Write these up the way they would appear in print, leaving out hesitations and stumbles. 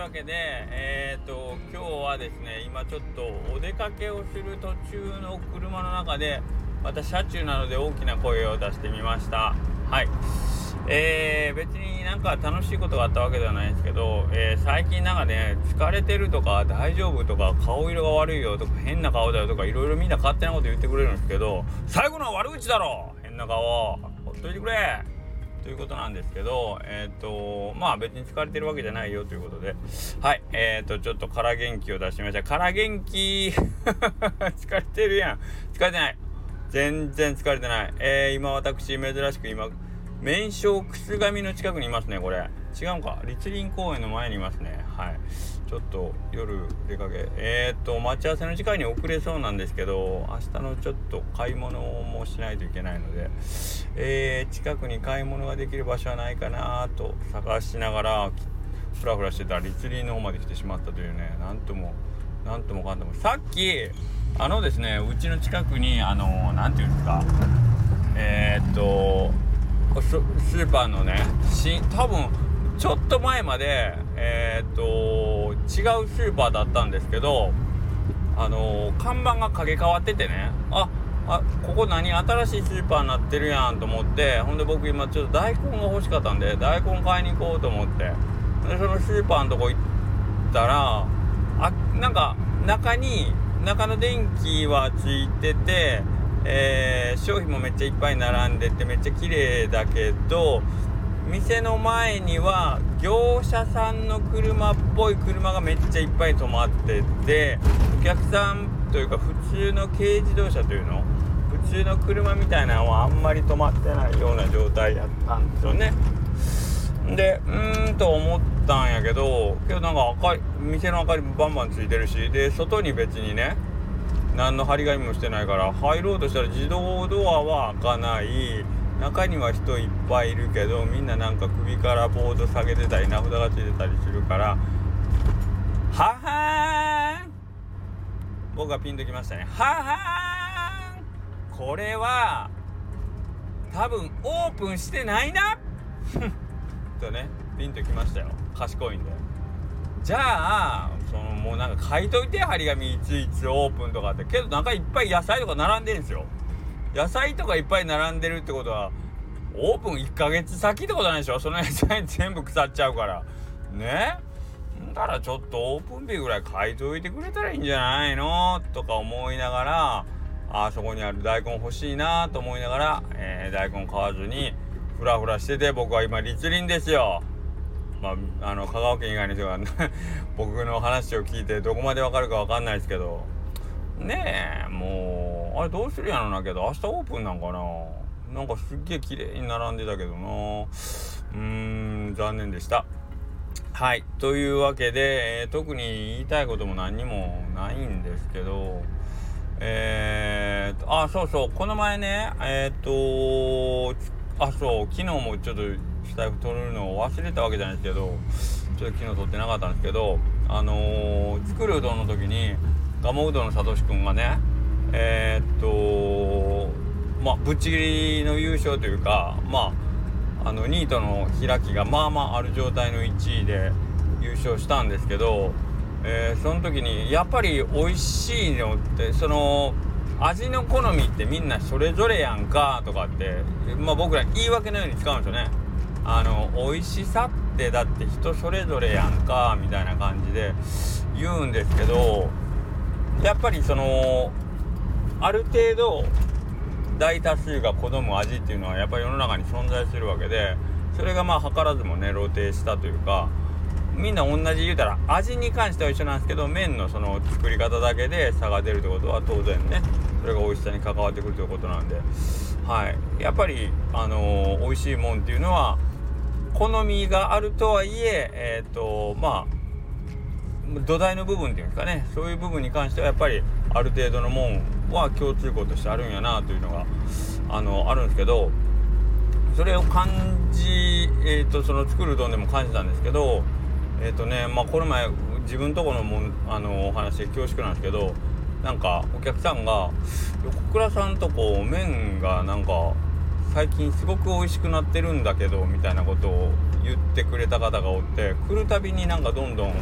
わけで、今日はですね、今ちょっとお出かけをする途中の車の中で、また車中なので大きな声を出してみました。はい。別になんか楽しいことがあったわけではないんですけど、最近なんかね、疲れてるとか大丈夫とか顔色が悪いよとか変な顔だよとかいろいろみんな勝手なこと言ってくれるんですけど、最後のは悪口だろ、変な顔ほっといてくれということなんですけど、別に疲れてるわけじゃないよということで、はい、ちょっと空元気を出しました。空元気疲れてるやん。疲れてない、全然疲れてない。今私珍しく麺匠くすがみの近くにいますね。これ違うか、栗林公園の前にいますね。はい、ちょっと夜出かけ待ち合わせの時間に遅れそうなんですけど、明日のちょっと買い物もしないといけないので、近くに買い物ができる場所はないかなと探しながらフラフラしてたら栗林の方まで来てしまったというね、なんともかんとも。さっきですね、うちの近くになんていうんですか、スーパーのね、多分ちょっと前まで違うスーパーだったんですけど、看板が掛け替わっててね、ここ新しいスーパーになってるやんと思って、ほんで僕今ちょっと大根が欲しかったんで大根買いに行こうと思って、でそのスーパーのとこ行ったら、なんか中の電気はついてて、商品もめっちゃいっぱい並んでてめっちゃ綺麗だけど、店の前には業者さんの車っぽい車がめっちゃいっぱい止まってて、お客さんというか普通の軽自動車というの、普通の車みたいなのはあんまり止まってないような状態やったんですよね。でと思ったんやけど、なんか店の明かりもバンバンついてるし、で外に別にね何の張り紙もしてないから、入ろうとしたら自動ドアは開かない、中には人いっぱいいるけどみんななんか首からボード下げてたり名札がついてたりするから、ははーん、僕がピンときましたね。ははーん、これは多分オープンしてないなとね、ピンときましたよ。賢いんで。じゃあもうなんか書いといて、張り紙いついつオープンとかって。けどなんかいっぱい野菜とか並んでるんですよ。野菜とかいっぱい並んでるってことはオープン1ヶ月先ってことないでしょ。その野菜全部腐っちゃうからね。だからちょっとオープン日ぐらい書いといてくれたらいいんじゃないのとか思いながら、そこにある大根欲しいなと思いながら、大根買わずにフラフラしてて、僕は今栗林ですよ。香川県以外の人が僕の話を聞いてどこまでわかるかわかんないですけどね。もうあれどうするやろな。けど明日オープンなんかな。なんかすっげえ綺麗に並んでたけどな。残念でした。はい、というわけで、特に言いたいことも何にもないんですけど、そうこの前ね、昨日もちょっとスタイフ撮るのを忘れたわけじゃないですけど、ちょっと昨日撮ってなかったんですけど、作るうどんの時にガモうどんのさとしくんがね、ぶっちぎりの優勝というか、ニートの開きがある状態の1位で優勝したんですけど、その時にやっぱり美味しいのって、その味の好みってみんなそれぞれやんかとかって、僕ら言い訳のように使うんですよね。美味しさってだって人それぞれやんかみたいな感じで言うんですけど、やっぱりある程度大多数が好む味っていうのはやっぱり世の中に存在するわけで、それが図らずもね露呈したというか、みんな同じ言うたら味に関しては一緒なんですけど、麺のその作り方だけで差が出るってことは当然ね、それが美味しさに関わってくるということなんで、やっぱり美味しいもんっていうのは好みがあるとはいえ、土台の部分っていうんですかね、そういう部分に関してはやっぱりある程度のもんは共通項としてあるんやなというのがあるんですけど、それを感じ、その作るうどんでも感じたんですけど、この前自分とこのお話で恐縮なんですけど、なんかお客さんが横倉さんと麺がなんか最近すごく美味しくなってるんだけどみたいなことを言ってくれた方がおって、来るたびになんかどんどん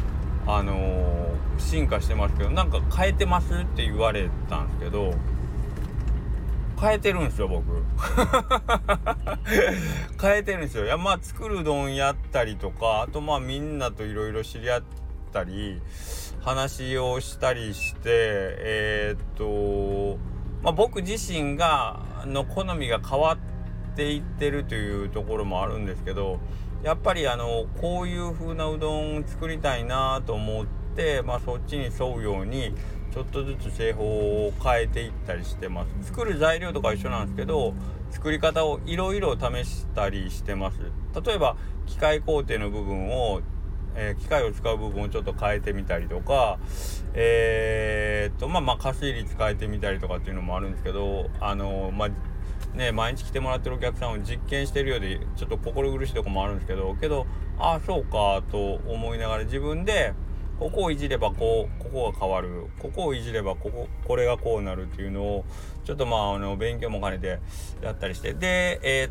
進化してますけど、なんか変えてますって言われたんですけど、変えてるんですよ僕変えてるんですよ。いや、まあ作るうどんやったりとか、あとまあみんなといろいろ知り合ったり話をしたりして、まあ、僕自身の好みが変わっていってるというところもあるんですけど、やっぱりこういう風なうどん作りたいなと思って、まあ、そっちに沿うようにちょっとずつ製法を変えていったりしてます。作る材料とか一緒なんですけど、作り方をいろいろ試したりしてます。例えば機械工程の部分を、機械を使う部分をちょっと変えてみたりとか、まあ加水率変えてみたりとかっていうのもあるんですけど、毎日来てもらってるお客さんを実験してるようでちょっと心苦しいとこもあるんですけど、そうかと思いながら、自分でここをいじればここが変わる、ここをいじればこれがこうなるっていうのをちょっと勉強も兼ねてやったりして、で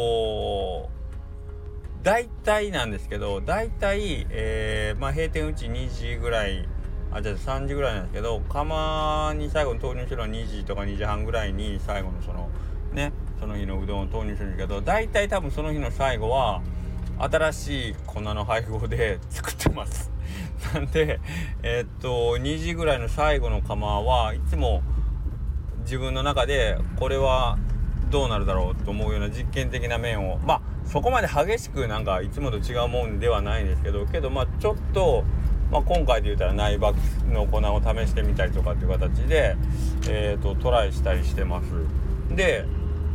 大体なんですけど、閉店うち2時ぐらい3時ぐらいなんですけど、釜に最後に投入するのは2時とか2時半ぐらいに最後のその日のうどんを投入するんですけど、大体多分その日の最後は新しい粉の配合で作ってますなんで2時ぐらいの最後の釜はいつも自分の中でこれはどうなるだろうと思うような実験的な面を、そこまで激しくなんかいつもと違うもんではないんですけど、ちょっと、今回で言ったら内爆の粉を試してみたりとかっていう形で、トライしたりしてます。で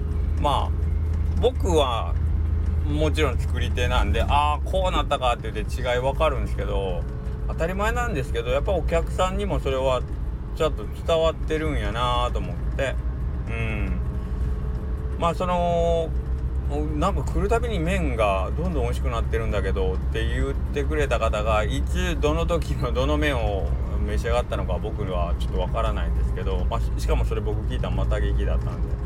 僕はもちろん作り手なんで、こうなったかって言って違い分かるんですけど、当たり前なんですけど、やっぱお客さんにもそれはちょっと伝わってるんやなと思って、なんか来るたびに麺がどんどん美味しくなってるんだけどって言ってくれた方がいつどの時のどの麺を召し上がったのか僕にはちょっとわからないんですけど、しかもそれ僕聞いたのまた聞きだったんで、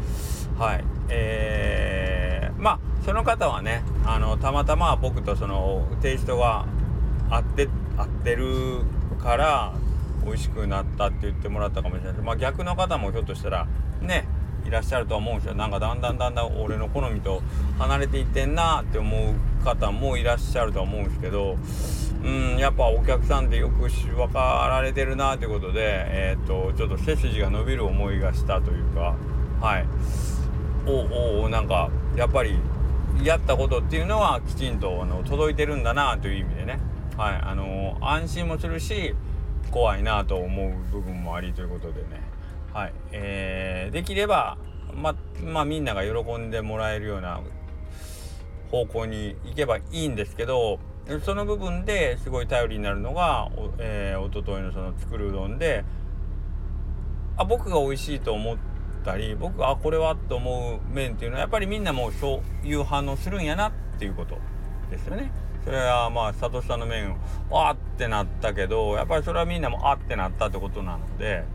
その方はねたまたま僕とそのテイストが合ってるから美味しくなったって言ってもらったかもしれないし、逆の方もひょっとしたらねいらっしゃるとは思うんですよ。なんかだんだん俺の好みと離れていってんなって思う方もいらっしゃるとは思うんですけど、やっぱお客さんってよく分かられてるなということで、ちょっと背筋が伸びる思いがしたというか、なんかやっぱりやったことっていうのはきちんと届いてるんだなという意味でね、安心もするし怖いなと思う部分もありということでね、できればみんなが喜んでもらえるような方向に行けばいいんですけど、その部分ですごい頼りになるのが一昨日のその作るうどんで、僕が美味しいと思ったり、僕がこれはと思う麺っていうのはやっぱりみんなもそういう反応するんやなっていうことですよね。それは佐藤さんの麺ってなったけど、やっぱりそれはみんなもってなったってことなので、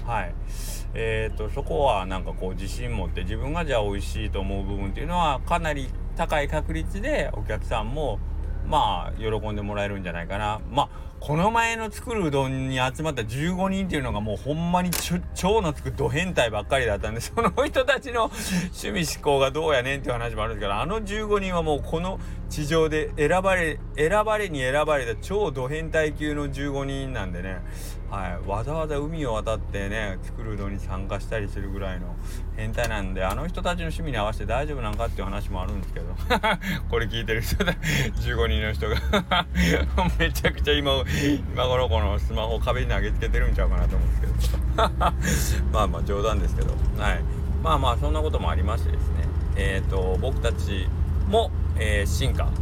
そこはなんかこう自信持って自分がじゃあ美味しいと思う部分っていうのはかなり高い確率でお客さんも喜んでもらえるんじゃないかな。この前の作るうどんに集まった15人っていうのがもうほんまに超のつくド変態ばっかりだったんで、その人たちの趣味思考がどうやねんっていう話もあるんですけど、15人はもうこの地上で選ばれた超ド変態級の15人なんでね、わざわざ海を渡ってね作るうどんに参加したりするぐらいの変態なんで、人たちの趣味に合わせて大丈夫なんかっていう話もあるんですけどこれ聞いてる人だ15人の人がめちゃくちゃ今頃このスマホを壁に投げつけてるんちゃうかなと思うんですけど冗談ですけど、そんなこともありましてですね、僕たちも、変化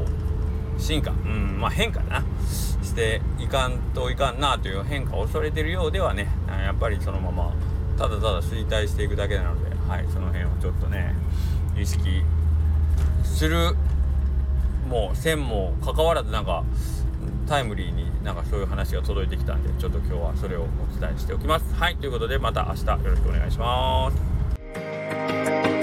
していかんといかんなという変化を恐れてるようではね、やっぱりそのままただただ衰退していくだけなので、その辺をちょっとね意識する線も関わらずなんかタイムリーになんかそういう話が届いてきたんで、ちょっと今日はそれをお伝えしておきます。ということでまた明日よろしくお願いします。